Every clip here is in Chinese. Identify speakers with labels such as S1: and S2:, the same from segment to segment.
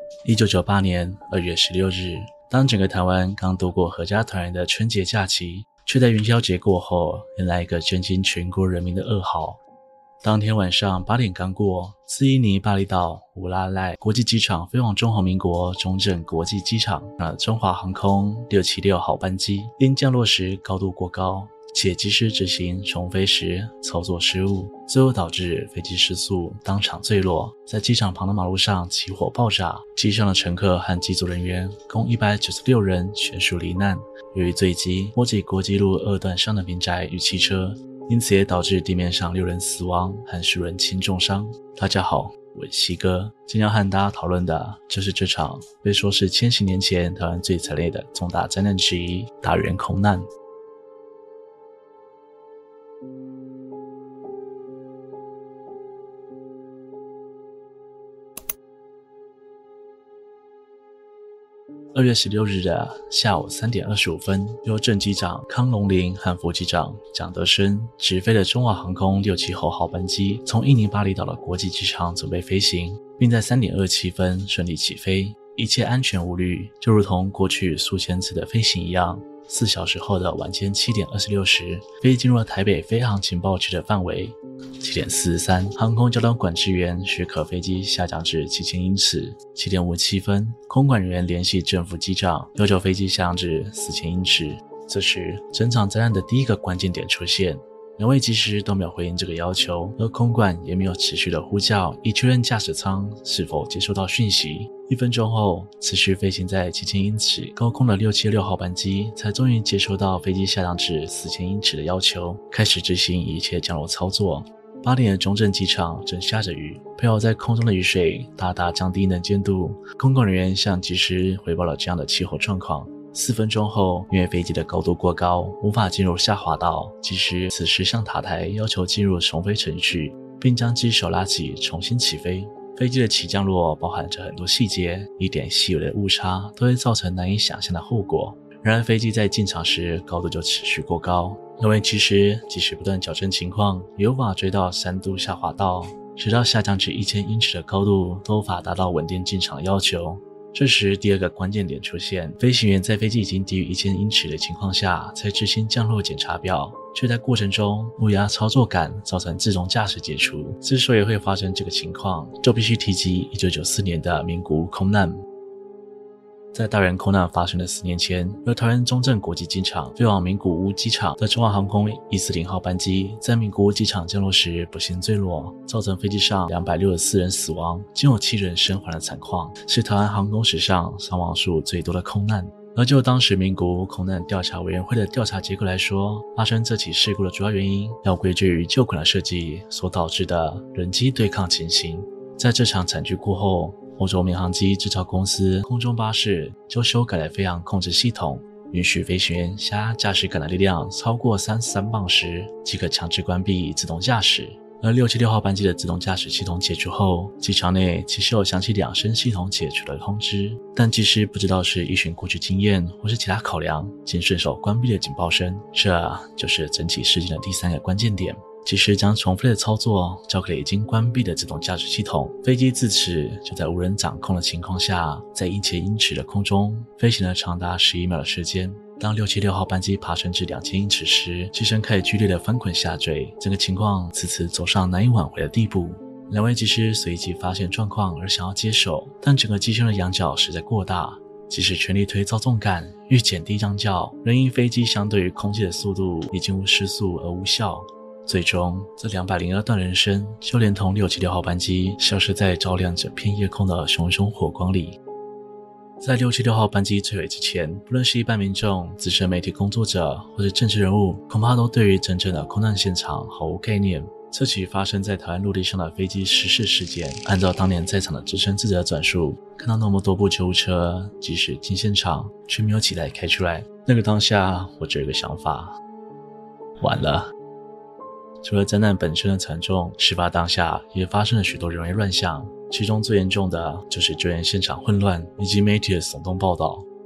S1: 1998年2月16日，当整个台湾刚度过合家团圆的春节假期，却在元宵节过后迎来一个震惊全国人民的噩耗。当天晚上8点刚过，自印尼巴厘岛乌拉赖国际机场飞往中华民国中正国际机场的中华航空676号班机，因降落时高度过高，且机师执行重飞时操作失误，最后导致飞机失速当场坠落，在机场旁的马路上起火爆炸，机上的乘客和机组人员共196人全数罹难。由于坠机波及国际路2段上的民宅与汽车，因此也导致地面上6人死亡和10人轻重伤。大家好，我是西哥，今天要和大家讨论的就是这场被说是千禧年前台湾最惨烈的重大灾难之一——大园空难。2月16日的下午3点25分，由正机长康龙林和副机长蒋德生直飞的中华航空676号班机，从印尼巴厘岛的国际机场准备飞行，并在3点27分顺利起飞，一切安全无虑，就如同过去数千次的飞行一样。4小时后的晚间7点26时，飞机进入了台北飞航情报区的范围。7点43，航空交通管制员许可飞机下降至7000英尺。7点57分，空管人员联系正副机长，要求飞机下降至4000英尺。这时，整场灾难的第一个关键点出现。2位机师都没有回应这个要求，而空管也没有持续的呼叫，以确认驾驶舱是否接收到讯息。1分钟后，持续飞行在7000英尺高空的676号班机才终于接收到飞机下降至4000英尺的要求，开始执行一切降落操作。8点的中正机场正下着雨，飘摇在空中的雨水大大降低能见度。空管人员向机师汇报了这样的气候状况。4分钟后，因为飞机的高度过高，无法进入下滑道，机师此时向塔台要求进入重飞程序，并将机手拉起重新起飞。飞机的起降落包含着很多细节，一点细微的误差都会造成难以想象的后果。然而飞机在进场时高度就持续过高，2位机师即使不断矫正情况，也无法追到3度下滑道，直到下降至1000英尺的高度都无法达到稳定进场的要求。这时第二个关键点出现，飞行员在飞机已经低于1000英尺的情况下才执行降落检查表，却在过程中误压操作杆，造成自动驾驶解除。之所以会发生这个情况，就必须提及1994年的名古屋空难。在大园空难发生的4年前，由桃园中正国际机场飞往名古屋机场的中华航空140号班机在名古屋机场降落时不幸坠落，造成飞机上264人死亡，仅有7人生还的惨况，是台湾航空史上伤亡数最多的空难。而就当时名古屋空难调查委员会的调查结果来说，发生这起事故的主要原因要归咎于旧款的设计所导致的人机对抗情形。在这场惨剧过后，欧洲民航机制造公司空中巴士就修改了飞航控制系统，允许飞行员下压驾驶杆的力量超过33磅时即可强制关闭自动驾驶。而676号班机的自动驾驶系统解除后，机场内其实有响起2声系统解除的通知，但机师不知道是依循过去经验或是其他考量，竟顺手关闭了警报声。这就是整起事件的第3个关键点。机师将重飞的操作交给了已经关闭的自动驾驶系统，飞机自此就在无人掌控的情况下，在1000英尺的空中飞行了长达11秒的时间。当676号班机爬升至2000英尺时，机身开始剧烈的翻滚下坠，整个情况此次走上难以挽回的地步。2位机师随即发现状况而想要接手，但整个机身的仰角实在过大，即使全力推操纵杆欲减低仰角，仍因飞机相对于空气的速度已经无失速而无效。最终，这202段人生就连同676号班机消失在照亮整片夜空的熊熊火光里。在676号班机坠毁之前，不论是一般民众、资深媒体工作者或是政治人物，恐怕都对于真正的空难现场毫无概念。这起发生在台湾陆地上的飞机失事事件，按照当年在场的资深记者转述，看到那么多部救护车即使进现场，却没有几台开出来。那个当下，我只有一个想法：完了。除了灾难本身的惨重，事发当下也发生了许多人为乱象，其中最严重的就是救援现场混乱以及媒体的耸动报道。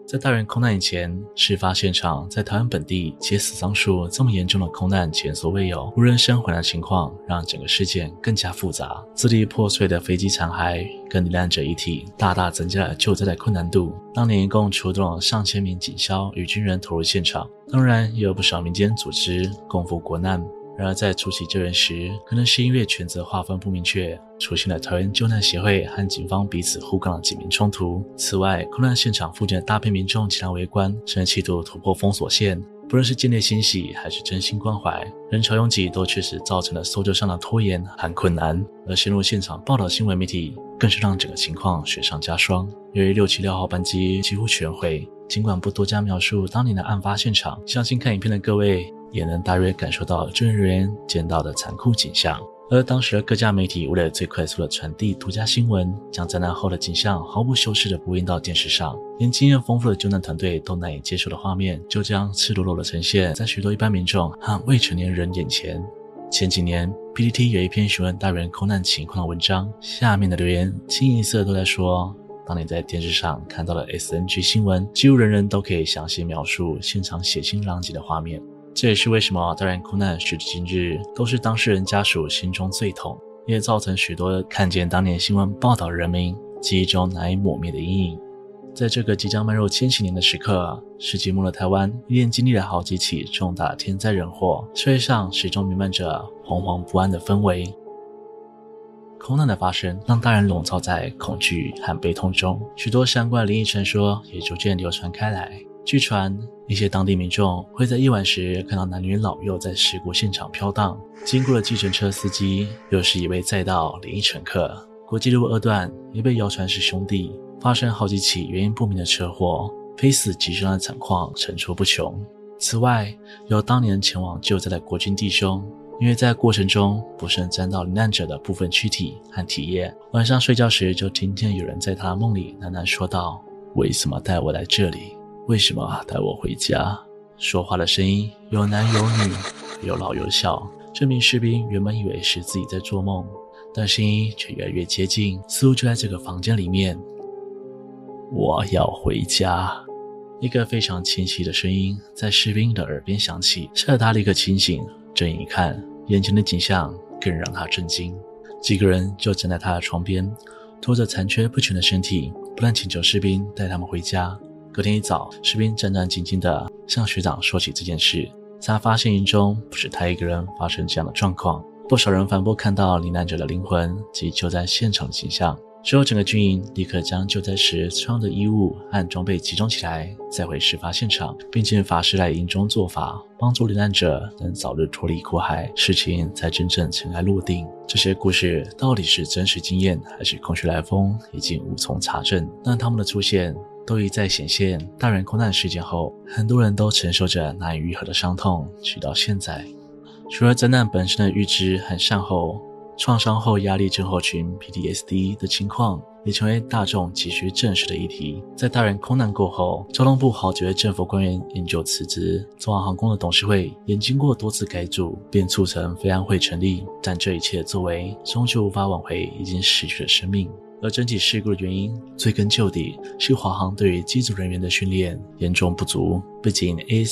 S1: 在大人空难以前，事发现场在台湾本地且死伤数这么严重的空难前所未有，无人生还的情况让整个事件更加复杂。支离破碎的飞机残骸跟罹难者遗体大大增加了救灾的困难度。当年一共出动了上千名警消与军人投入现场，当然也有不少民间组织共赴国难。然而在初期救援时，可能是因为权责划分不明确，出现了桃园救难协会和警方彼此互杠的警民冲突。此外，空难现场附近的大批民众前来围观，甚至企图突破封锁线。不论是建立欣喜还是真心关怀，人潮拥挤都确实造成了搜救上的拖延和困难。而陷入现场报道新闻媒体更是让整个情况雪上加霜。由于676号班机几乎全毁，尽管不多加描述当年的案发现场，相信看影片的各位也能大约感受到救援人员见到的残酷景象。而当时的各家媒体为了最快速的传递独家新闻，将灾难后的景象毫不修饰地播映到电视上，连经验丰富的救难团队都难以接受的画面，就这样赤裸裸地呈现在许多一般民众和未成年人眼前。前几年 PTT 有一篇询问大人空难情况的文章，下面的留言清一色都在说，当你在电视上看到的 SNG 新闻，几乎人人都可以详细描述现场血腥狼藉的画面。这也是为什么大人空难时至今日都是当事人家属心中最痛，也造成许多看见当年新闻报道的人民记忆中难以抹灭的阴影。在这个即将迈入千禧年的时刻，世纪末的台湾一连经历了好几起重大天灾人祸，社会上始终弥漫着惶惶不安的氛围。空难的发生让大人笼罩在恐惧和悲痛中，许多相关的灵异传说也逐渐流传开来。据传，一些当地民众会在夜晚时看到男女老幼在事故现场飘荡，经过的计程车司机又是一位载到灵异乘客。国际路2段也被谣传是兄弟，发生好几起原因不明的车祸，非死即伤的惨况层出不穷。此外，有当年前往救灾的国军弟兄，因为在过程中不慎沾到罹难者的部分躯体和体液，晚上睡觉时就听见有人在他的梦里喃喃说道：“为什么带我来这里？为什么带我回家？”说话的声音有男有女，有老有小。这名士兵原本以为是自己在做梦，但声音却越来越接近，似乎就在这个房间里面。我要回家。一个非常清晰的声音在士兵的耳边响起，吓得他立刻清醒，睁眼一看，眼前的景象更让他震惊。几个人就站在他的床边，拖着残缺不全的身体，不断请求士兵带他们回家。隔天一早，士兵战战兢兢地向学长说起这件事，才发现营中不是他一个人发生这样的状况，不少人反驳看到罹难者的灵魂及救灾现场的景象。之后整个军营立刻将救灾时穿的衣物和装备集中起来，载回事发现场，并请法师来营中做法，帮助罹难者能早日脱离苦海，事情才真正尘埃落定。这些故事到底是真实经验还是空穴来风，已经无从查证，但他们的出现都已在显现大人空难事件后，很多人都承受着难以愈合的伤痛，直到现在。除了灾难本身的预知和善后，创伤后压力症候群 PTSD 的情况也成为大众急需正视的议题。在大人空难过后，交通部好几位政府官员因就辞职，中华航空的董事会也经过多次改组，便促成飞安会成立，但这一切的作为终究无法挽回已经逝去的生命。而整体事故的原因，追根究底是华航对于机组人员的训练严重不足。不仅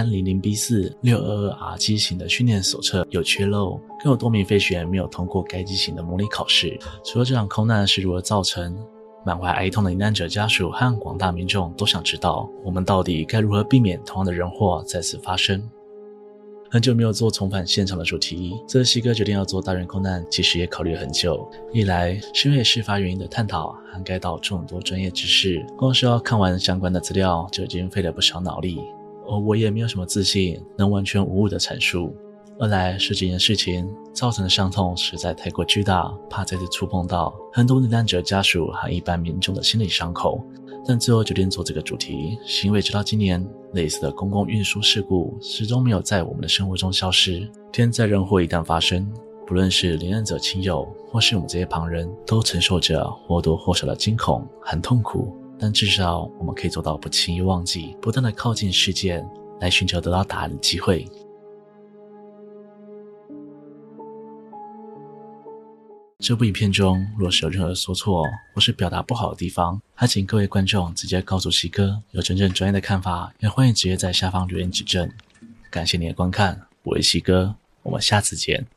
S1: A300B4 622R 机型的训练手册有缺漏，更有多名飞行员没有通过该机型的模拟考试。除了这场空难是如何造成，满怀哀痛的罹难者家属和广大民众都想知道，我们到底该如何避免同样的人祸再次发生。很久没有做重返现场的主题，这西哥决定要做大人空难，其实也考虑了很久。一来是因为事发原因的探讨涵盖到众多专业知识，光是要看完相关的资料就已经费了不少脑力，而我也没有什么自信能完全无误的阐述。二来是这件事情造成的伤痛实在太过巨大，怕再次触碰到很多罹难者家属和一般民众的心理伤口。但最后决定做这个主题，是因为直到今年，类似的公共运输事故始终没有在我们的生活中消失。天灾人祸一旦发生，不论是罹难者亲友或是我们这些旁人，都承受着或多或少的惊恐和痛苦，但至少我们可以做到不轻易忘记，不断地靠近事件，来寻求得到答案的机会。 这部影片中若是有任何说错或是表达不好的地方，还请各位观众直接告诉西哥，有真正专业的看法，也欢迎直接在下方留言指正。感谢你的观看，我是西哥，我们下次见。